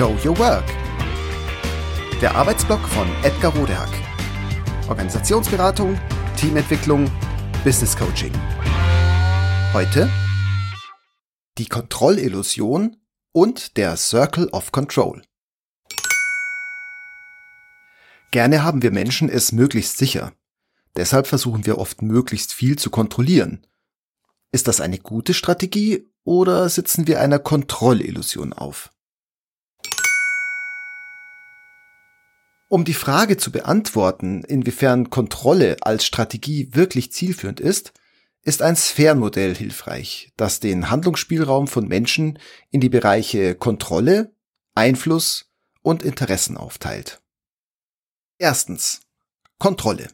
Show Your Work. Der Arbeitsblock von Edgar Rodehack. Organisationsberatung, Teamentwicklung, Business Coaching. Heute die Kontrollillusion und der Circle of Control. Gerne haben wir Menschen es möglichst sicher. Deshalb versuchen wir oft möglichst viel zu kontrollieren. Ist das eine gute Strategie oder sitzen wir einer Kontrollillusion auf? Um die Frage zu beantworten, inwiefern Kontrolle als Strategie wirklich zielführend ist ein Sphärenmodell hilfreich, das den Handlungsspielraum von Menschen in die Bereiche Kontrolle, Einfluss und Interessen aufteilt. Erstens. Kontrolle.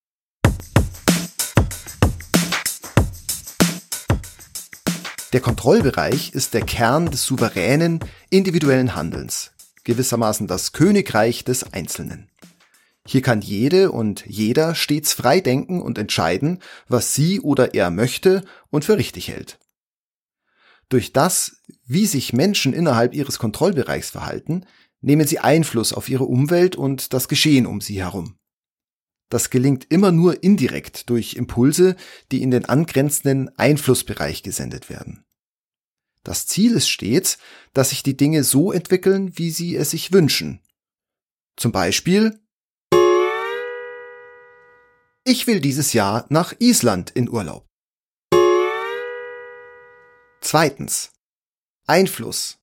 Der Kontrollbereich ist der Kern des souveränen, individuellen Handelns, gewissermaßen das Königreich des Einzelnen. Hier kann jede und jeder stets frei denken und entscheiden, was sie oder er möchte und für richtig hält. Durch das, wie sich Menschen innerhalb ihres Kontrollbereichs verhalten, nehmen sie Einfluss auf ihre Umwelt und das Geschehen um sie herum. Das gelingt immer nur indirekt durch Impulse, die in den angrenzenden Einflussbereich gesendet werden. Das Ziel ist stets, dass sich die Dinge so entwickeln, wie sie es sich wünschen. Zum Beispiel: Ich will dieses Jahr nach Island in Urlaub. Zweitens. Einfluss.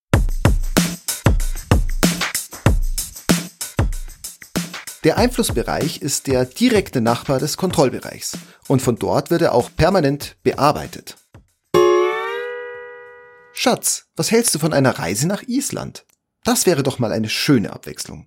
Der Einflussbereich ist der direkte Nachbar des Kontrollbereichs und von dort wird er auch permanent bearbeitet. Schatz, was hältst du von einer Reise nach Island? Das wäre doch mal eine schöne Abwechslung.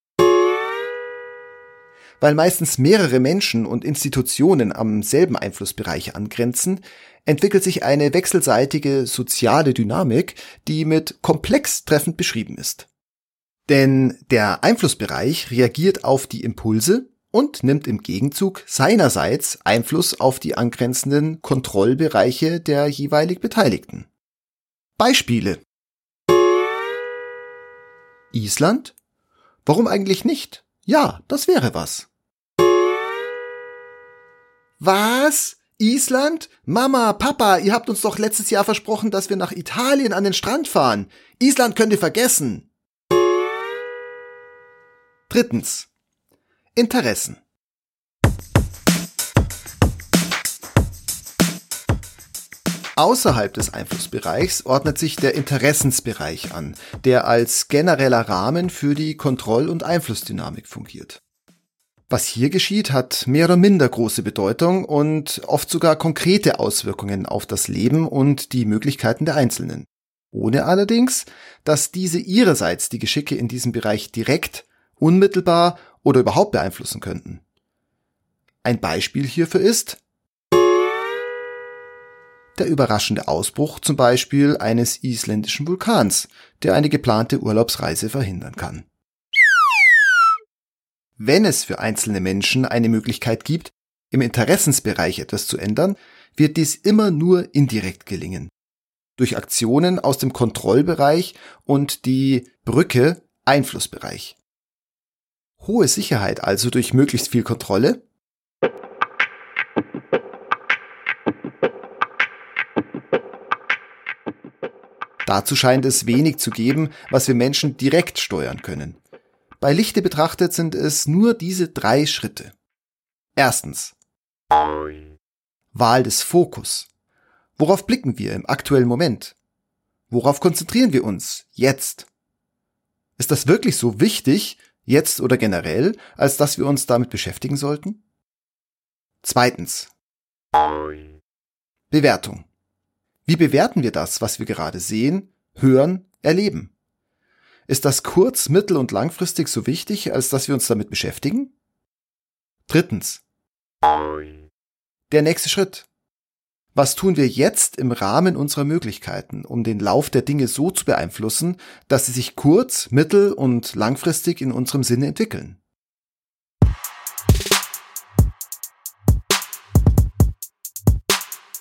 Weil meistens mehrere Menschen und Institutionen am selben Einflussbereich angrenzen, entwickelt sich eine wechselseitige soziale Dynamik, die mit komplex treffend beschrieben ist. Denn der Einflussbereich reagiert auf die Impulse und nimmt im Gegenzug seinerseits Einfluss auf die angrenzenden Kontrollbereiche der jeweilig Beteiligten. Beispiele: Island? Warum eigentlich nicht? Ja, das wäre was. Was? Island? Mama, Papa, ihr habt uns doch letztes Jahr versprochen, dass wir nach Italien an den Strand fahren. Island könnt ihr vergessen. Drittens. Interessen. Außerhalb des Einflussbereichs ordnet sich der Interessensbereich an, der als genereller Rahmen für die Kontroll- und Einflussdynamik fungiert. Was hier geschieht, hat mehr oder minder große Bedeutung und oft sogar konkrete Auswirkungen auf das Leben und die Möglichkeiten der Einzelnen. Ohne allerdings, dass diese ihrerseits die Geschicke in diesem Bereich direkt, unmittelbar oder überhaupt beeinflussen könnten. Ein Beispiel hierfür ist der überraschende Ausbruch zum Beispiel eines isländischen Vulkans, der eine geplante Urlaubsreise verhindern kann. Wenn es für einzelne Menschen eine Möglichkeit gibt, im Interessensbereich etwas zu ändern, wird dies immer nur indirekt gelingen. Durch Aktionen aus dem Kontrollbereich und die Brücke Einflussbereich. Hohe Sicherheit also durch möglichst viel Kontrolle? Dazu scheint es wenig zu geben, was wir Menschen direkt steuern können. Bei Lichte betrachtet sind es nur diese 3 Schritte. Erstens. Wahl des Fokus. Worauf blicken wir im aktuellen Moment? Worauf konzentrieren wir uns jetzt? Ist das wirklich so wichtig, jetzt oder generell, als dass wir uns damit beschäftigen sollten? Zweitens. Bewertung. Wie bewerten wir das, was wir gerade sehen, hören, erleben? Ist das kurz-, mittel- und langfristig so wichtig, als dass wir uns damit beschäftigen? Drittens. Der nächste Schritt. Was tun wir jetzt im Rahmen unserer Möglichkeiten, um den Lauf der Dinge so zu beeinflussen, dass sie sich kurz-, mittel- und langfristig in unserem Sinne entwickeln?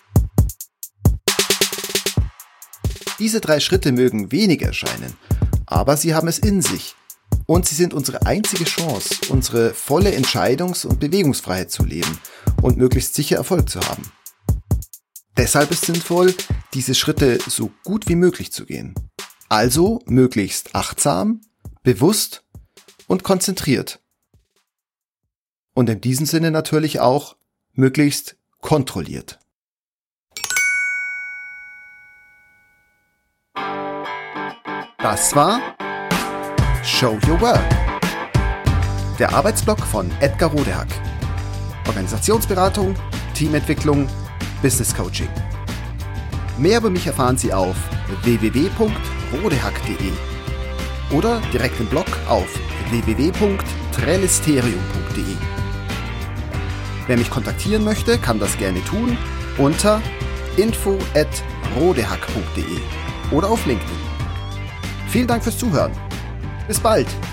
Diese 3 Schritte mögen wenig erscheinen, aber sie haben es in sich. Und sie sind unsere einzige Chance, unsere volle Entscheidungs- und Bewegungsfreiheit zu leben und möglichst sicher Erfolg zu haben. Deshalb ist sinnvoll, diese Schritte so gut wie möglich zu gehen. Also möglichst achtsam, bewusst und konzentriert. Und in diesem Sinne natürlich auch möglichst kontrolliert. Das war Show Your Work, der Arbeitsblock von Edgar Rodehack. Organisationsberatung, Teamentwicklung, Business Coaching. Mehr über mich erfahren Sie auf www.rodehack.de oder direkt im Blog auf www.trellisterium.de. Wer mich kontaktieren möchte, kann das gerne tun unter info@rodehack.de oder auf LinkedIn. Vielen Dank fürs Zuhören. Bis bald!